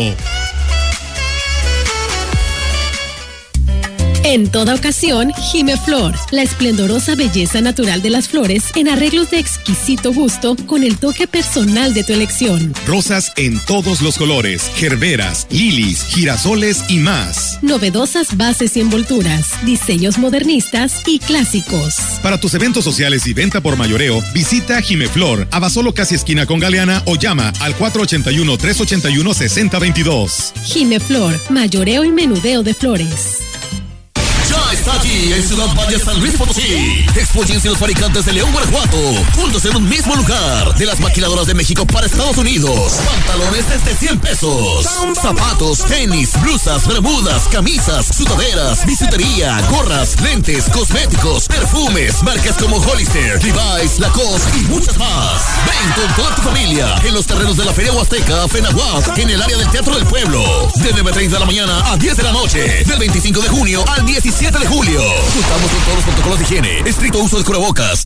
En toda ocasión, Jimeflor, la esplendorosa belleza natural de las flores en arreglos de exquisito gusto con el toque personal de tu elección. Rosas en todos los colores, gerberas, lilies, girasoles y más. Novedosas bases y envolturas, diseños modernistas y clásicos. Para tus eventos sociales y venta por mayoreo, visita Jimeflor, Abasolo casi esquina con Galeana o llama al cuatro ocho uno, tres ocho uno, seis cero dos dos. Jimeflor, mayoreo y menudeo de flores. Ya está aquí en Ciudad Valles, San Luis Potosí. Expóyense los fabricantes de León, Guanajuato, juntos en un mismo lugar. De las maquiladoras de México para Estados Unidos. Pantalones desde cien pesos. Zapatos, tenis, blusas, bermudas, camisas, sudaderas, bisutería, gorras, lentes, cosméticos, perfumes, marcas como Hollister, Levi's, Lacoste y muchas más. Ven con toda tu familia en los terrenos de la Feria Huasteca, Fenahuac, en el área del Teatro del Pueblo. De nueve treinta de la mañana a diez de la noche. Del veinticinco de junio al diecisiete de julio. Contamos con todos los protocolos de higiene, estricto uso de cubrebocas.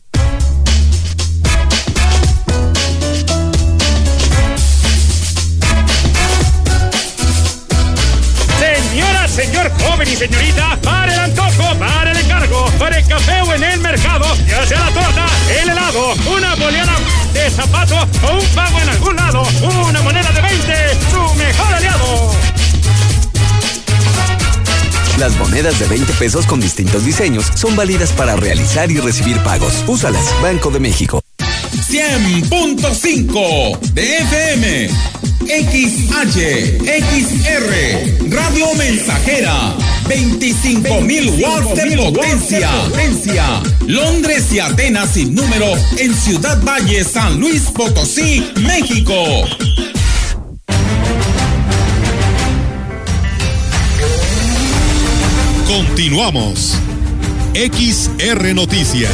Señora, señor, joven y señorita, para el antojo, para el encargo, para el café o en el mercado, ya sea la torta, el helado, una boleada de zapato o un pago en algún lado, una moneda de veinte, su mejor aliado. Las monedas de veinte pesos con distintos diseños son válidas para realizar y recibir pagos. Úsalas, Banco de México. cien punto cinco de F M, X H, X R, Radio Mensajera, veinticinco mil watts de potencia. potencia. Londres y Atenas sin número en Ciudad Valle, San Luis Potosí, México. Continuamos. X R Noticias.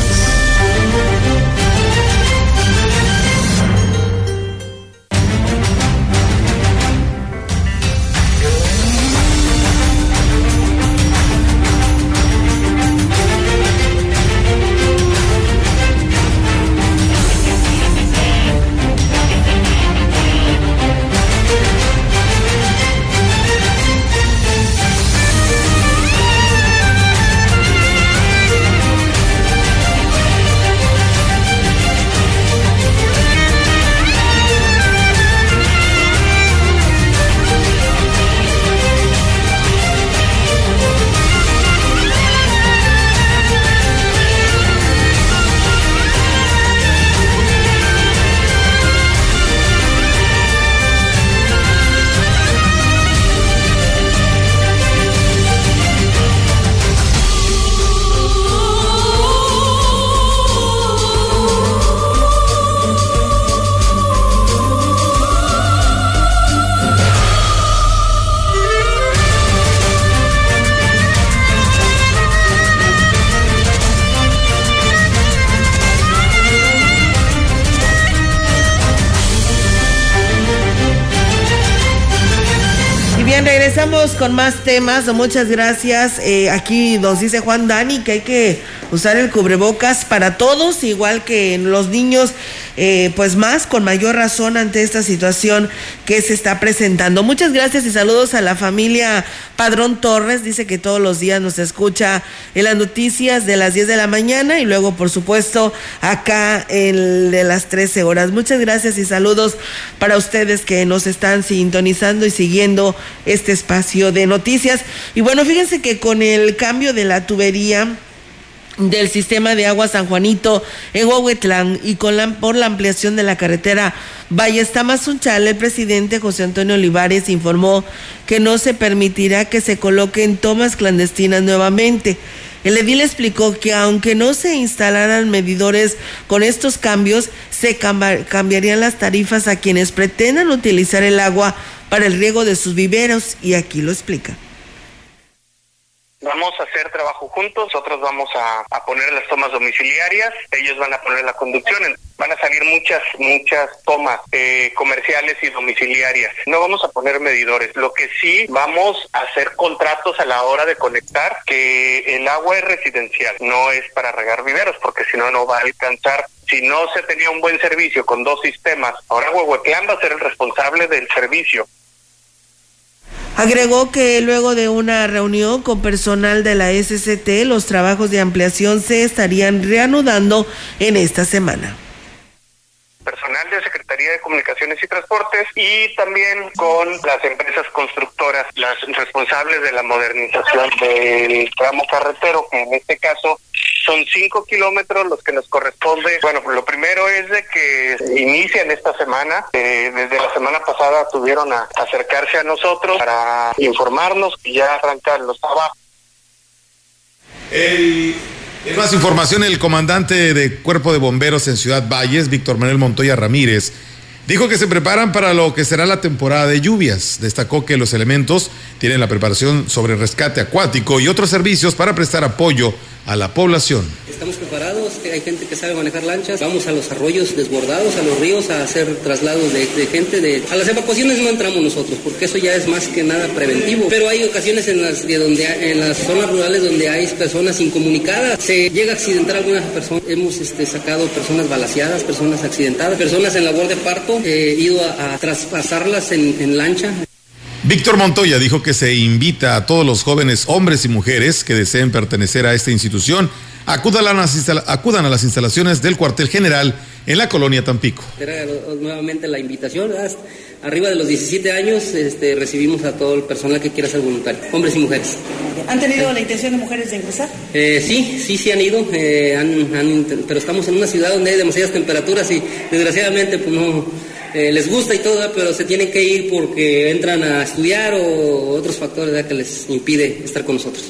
Regresamos con más temas. Muchas gracias. Eh, aquí nos dice Juan Dani que hay que usar el cubrebocas para todos, igual que los niños, eh, pues más, con mayor razón ante esta situación que se está presentando. Muchas gracias y saludos a la familia Padrón Torres. Dice que todos los días nos escucha en las noticias de las diez de la mañana y luego, por supuesto, acá en de las trece horas. Muchas gracias y saludos para ustedes que nos están sintonizando y siguiendo este espacio de noticias. Y bueno, fíjense que con el cambio de la tubería del sistema de agua San Juanito en Huehuetlán y con la, por la ampliación de la carretera Valles Tamazunchal, el presidente José Antonio Olivares informó que no se permitirá que se coloquen tomas clandestinas nuevamente. El edil explicó que aunque no se instalaran medidores con estos cambios, se camba, cambiarían las tarifas a quienes pretendan utilizar el agua para el riego de sus viveros, y aquí lo explica. Vamos a hacer trabajo juntos, nosotros vamos a, a poner las tomas domiciliarias, ellos van a poner la conducción, van a salir muchas, muchas tomas eh, comerciales y domiciliarias. No vamos a poner medidores, lo que sí vamos a hacer contratos a la hora de conectar, que el agua es residencial, no es para regar viveros, porque si no, no va a alcanzar. Si no se tenía un buen servicio con dos sistemas, ahora Huehuetlán va a ser el responsable del servicio. Agregó que luego de una reunión con personal de la S C T, los trabajos de ampliación se estarían reanudando en esta semana. Personal de Secretaría de Comunicaciones y Transportes y también con las empresas constructoras, las responsables de la modernización del tramo carretero, que en este caso son cinco kilómetros los que nos corresponde. Bueno, lo primero es de que inician esta semana. Eh, desde la semana pasada tuvieron a acercarse a nosotros para informarnos que ya arrancan los trabajos. El... En más información, el comandante de Cuerpo de Bomberos en Ciudad Valles, Víctor Manuel Montoya Ramírez, dijo que se preparan para lo que será la temporada de lluvias. Destacó que los elementos tienen la preparación sobre rescate acuático y otros servicios para prestar apoyo a la población. Estamos preparados, hay gente que sabe manejar lanchas, vamos a los arroyos desbordados, a los ríos a hacer traslados de, de gente, de, a las evacuaciones no entramos nosotros, porque eso ya es más que nada preventivo, pero hay ocasiones en las, de donde, en las zonas rurales donde hay personas incomunicadas, se llega a accidentar a algunas personas, hemos este, sacado personas balaceadas, personas accidentadas, personas en labor de parto, he ido a, a traspasarlas en, en lancha. Víctor Montoya dijo que se invita a todos los jóvenes hombres y mujeres que deseen pertenecer a esta institución, acudan a las, instala- acudan a las instalaciones del cuartel general en la colonia Tampico. Era nuevamente la invitación, arriba de los diecisiete años este, recibimos a todo el personal que quiera ser voluntario, hombres y mujeres. ¿Han tenido la intención de mujeres de ingresar? Eh, sí, sí, sí han ido, eh, han, han, pero estamos en una ciudad donde hay demasiadas temperaturas y desgraciadamente pues no... Eh, les gusta y todo, pero se tienen que ir porque entran a estudiar o otros factores ¿verdad? Que les impide estar con nosotros.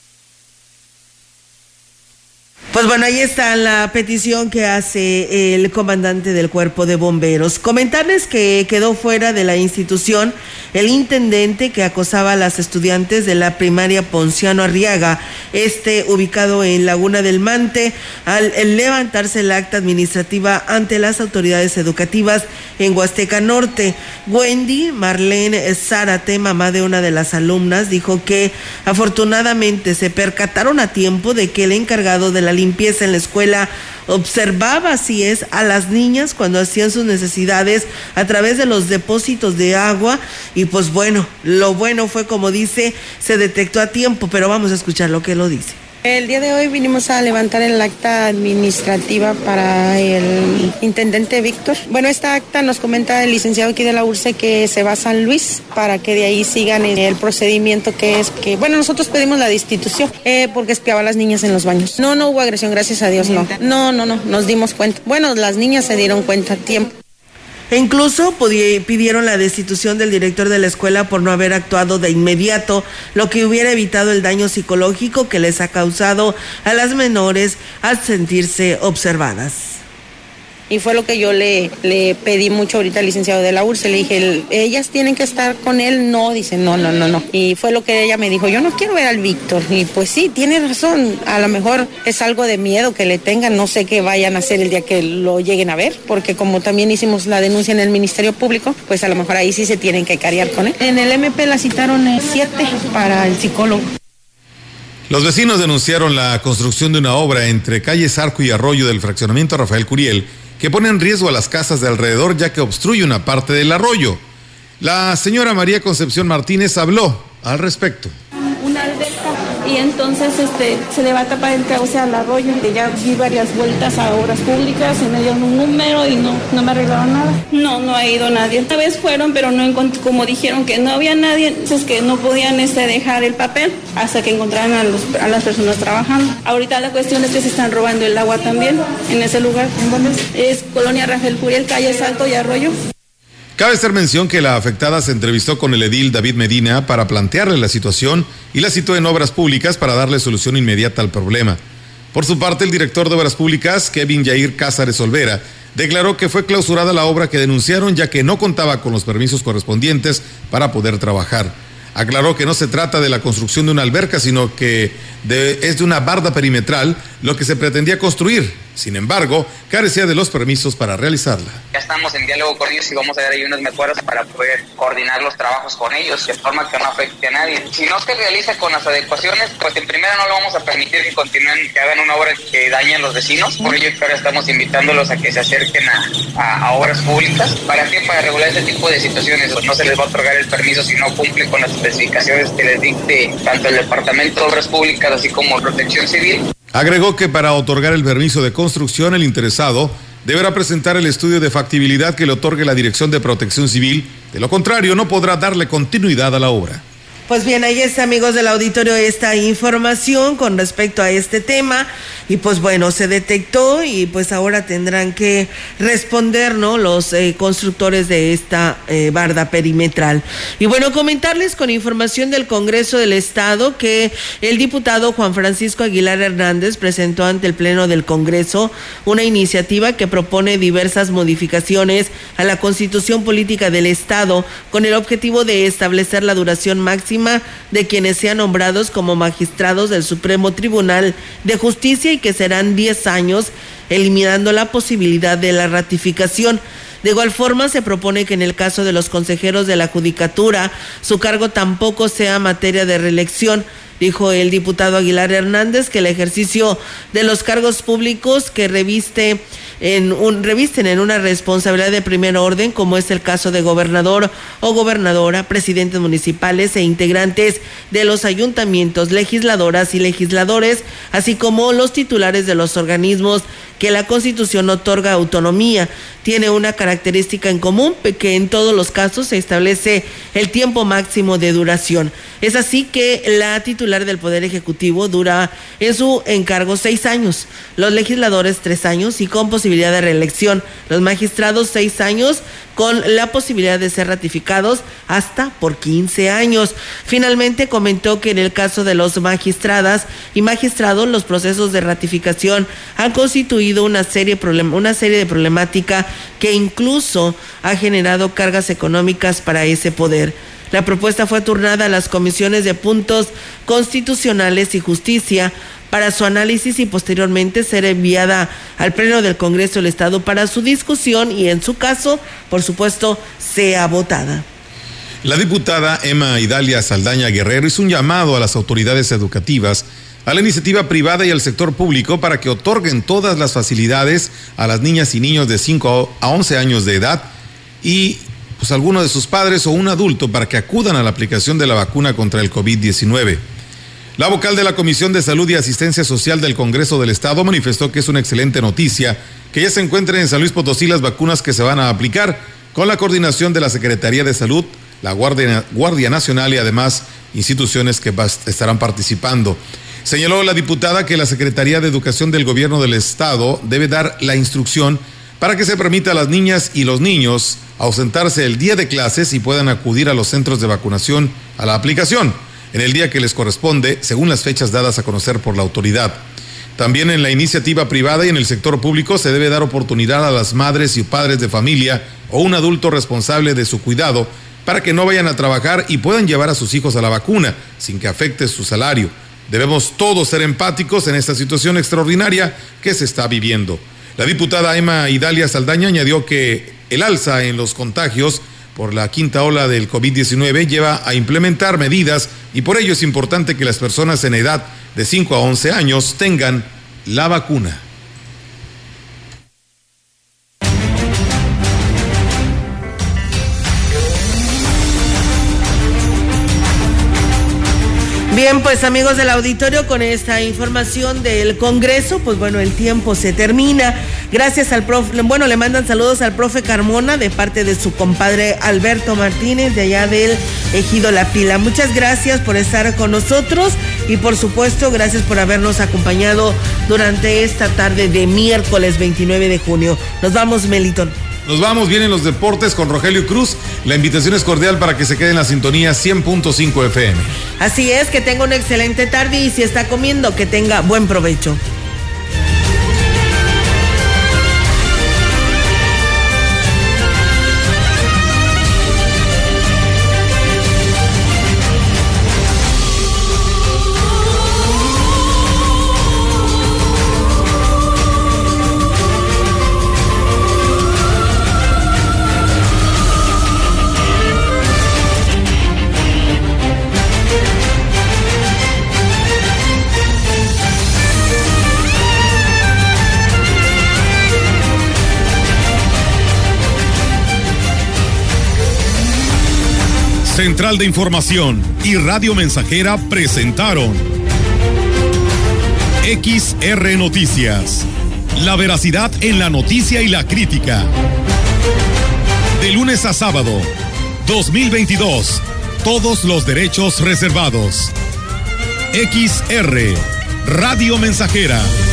Pues bueno, ahí está la petición que hace el comandante del Cuerpo de Bomberos. Comentarles que quedó fuera de la institución el intendente que acosaba a las estudiantes de la primaria Ponciano Arriaga, este ubicado en Laguna del Mante, al levantarse el acta administrativa ante las autoridades educativas en Huasteca Norte. Wendy Marlene Zárate, mamá de una de las alumnas, dijo que afortunadamente se percataron a tiempo de que el encargado de la limpieza en la escuela observaba, así es, a las niñas cuando hacían sus necesidades a través de los depósitos de agua y pues bueno, lo bueno fue, como dice, se detectó a tiempo, pero vamos a escuchar lo que lo dice. El día de hoy vinimos a levantar el acta administrativa para el intendente Víctor. Bueno, esta acta nos comenta el licenciado aquí de la U R S S E que se va a San Luis para que de ahí sigan el procedimiento que es que, bueno, nosotros pedimos la destitución eh, porque espiaba a las niñas en los baños. No, no hubo agresión, gracias a Dios, no. No, no, no, nos dimos cuenta. Bueno, las niñas se dieron cuenta a tiempo. E incluso pidieron la destitución del director de la escuela por no haber actuado de inmediato, lo que hubiera evitado el daño psicológico que les ha causado a las menores al sentirse observadas. Y fue lo que yo le, le pedí mucho ahorita al licenciado de la U R S S E. Le dije, el, ellas tienen que estar con él. No, dice, no, no, no, no. Y fue lo que ella me dijo, yo no quiero ver al Víctor. Y pues sí, tiene razón. A lo mejor es algo de miedo que le tengan. No sé qué vayan a hacer el día que lo lleguen a ver. Porque como también hicimos la denuncia en el Ministerio Público, pues a lo mejor ahí sí se tienen que cariar con él. En el M P la citaron el siete para el psicólogo. Los vecinos denunciaron la construcción de una obra entre calle Zarco y Arroyo del fraccionamiento Rafael Curiel, que pone en riesgo a las casas de alrededor ya que obstruye una parte del arroyo. La señora María Concepción Martínez habló al respecto. Una alberca y entonces este se le va a tapar el cauce al arroyo. Ya di varias vueltas a obras públicas y me dieron un número y no, no me arreglaron nada. No, no ha ido nadie. Esta vez fueron, pero no encont- como dijeron que no había nadie, entonces que no podían este, dejar el papel hasta que encontraran a, los, a las personas trabajando. Ahorita la cuestión es que se están robando el agua también en ese lugar. ¿En dónde es? Es Colonia Rafael Curiel, calle Salto y Arroyo. Cabe hacer mención que la afectada se entrevistó con el edil David Medina para plantearle la situación y la citó en Obras Públicas para darle solución inmediata al problema. Por su parte, el director de Obras Públicas, Kevin Yair Cázares Olvera, declaró que fue clausurada la obra que denunciaron ya que no contaba con los permisos correspondientes para poder trabajar. Aclaró que no se trata de la construcción de una alberca, sino que de, es de una barda perimetral lo que se pretendía construir. Sin embargo, carecía de los permisos para realizarla. Ya estamos en diálogo con ellos y vamos a dar ahí unas mejoras para poder coordinar los trabajos con ellos de forma que no afecte a nadie. Si no se realiza con las adecuaciones, pues en primera no lo vamos a permitir que continúen, que hagan una obra que dañe a los vecinos. Por ello ahora estamos invitándolos a que se acerquen a, a, a obras públicas. ¿Para qué? Para regular este tipo de situaciones. Pues no se les va a otorgar el permiso si no cumplen con las especificaciones que les dicte tanto el Departamento de Obras Públicas así como Protección Civil. Agregó que para otorgar el permiso de construcción, el interesado deberá presentar el estudio de factibilidad que le otorgue la Dirección de Protección Civil. De lo contrario, no podrá darle continuidad a la obra. Pues bien, ahí está, amigos del auditorio, esta información con respecto a este tema. Y pues bueno, se detectó y pues ahora tendrán que responder, ¿no?, los eh, constructores de esta eh, barda perimetral. Y bueno, comentarles con información del Congreso del Estado que el diputado Juan Francisco Aguilar Hernández presentó ante el Pleno del Congreso una iniciativa que propone diversas modificaciones a la Constitución Política del Estado con el objetivo de establecer la duración máxima de quienes sean nombrados como magistrados del Supremo Tribunal de Justicia y que serán diez años, eliminando la posibilidad de la ratificación. De igual forma, se propone que en el caso de los consejeros de la Judicatura, su cargo tampoco sea materia de reelección. Dijo el diputado Aguilar Hernández que el ejercicio de los cargos públicos que reviste en un, revisten en una responsabilidad de primer orden, como es el caso de gobernador o gobernadora, presidentes municipales e integrantes de los ayuntamientos, legisladoras y legisladores, así como los titulares de los organismos que la Constitución otorga autonomía, tiene una característica en común, que en todos los casos se establece el tiempo máximo de duración. Es así que la titular del Poder Ejecutivo dura en su encargo seis años, los legisladores tres años y con posibilidad de reelección, los magistrados seis años con la posibilidad de ser ratificados hasta por quince años. Finalmente comentó que en el caso de los magistradas y magistrados, los procesos de ratificación han constituido una serie, problem- una serie de problemática que incluso ha generado cargas económicas para ese poder. La propuesta fue turnada a las comisiones de puntos constitucionales y justicia para su análisis y posteriormente ser enviada al Pleno del Congreso del Estado para su discusión y, en su caso, por supuesto, sea votada. La diputada Emma Idalia Saldaña Guerrero hizo un llamado a las autoridades educativas, a la iniciativa privada y al sector público para que otorguen todas las facilidades a las niñas y niños de cinco a once años de edad y pues alguno de sus padres o un adulto para que acudan a la aplicación de la vacuna contra el COVID diecinueve. La vocal de la Comisión de Salud y Asistencia Social del Congreso del Estado manifestó que es una excelente noticia que ya se encuentren en San Luis Potosí las vacunas que se van a aplicar con la coordinación de la Secretaría de Salud, la Guardia, Guardia Nacional y además instituciones que estarán participando. Señaló la diputada que la Secretaría de Educación del Gobierno del Estado debe dar la instrucción para que se permita a las niñas y los niños ausentarse el día de clases y puedan acudir a los centros de vacunación a la aplicación en el día que les corresponde, según las fechas dadas a conocer por la autoridad. También en la iniciativa privada y en el sector público se debe dar oportunidad a las madres y padres de familia o un adulto responsable de su cuidado para que no vayan a trabajar y puedan llevar a sus hijos a la vacuna sin que afecte su salario. Debemos todos ser empáticos en esta situación extraordinaria que se está viviendo. La diputada Emma Idalia Saldaña añadió que el alza en los contagios por la quinta ola del COVID diecinueve lleva a implementar medidas y por ello es importante que las personas en edad de cinco a once años tengan la vacuna. Bien, pues amigos del auditorio, con esta información del Congreso, pues bueno, el tiempo se termina. Gracias al profe, bueno, le mandan saludos al profe Carmona de parte de su compadre Alberto Martínez de allá del Ejido La Pila. Muchas gracias por estar con nosotros y por supuesto, gracias por habernos acompañado durante esta tarde de miércoles veintinueve de junio. Nos vamos, Melitón. Nos vamos, vienen los deportes con Rogelio Cruz. La invitación es cordial para que se quede en la sintonía cien punto cinco F M. Así es, que tenga una excelente tarde y si está comiendo, que tenga buen provecho. Central de Información y Radio Mensajera presentaron X R Noticias. La veracidad en la noticia y la crítica. De lunes a sábado, dos mil veintidós. Todos los derechos reservados. X R, Radio Mensajera.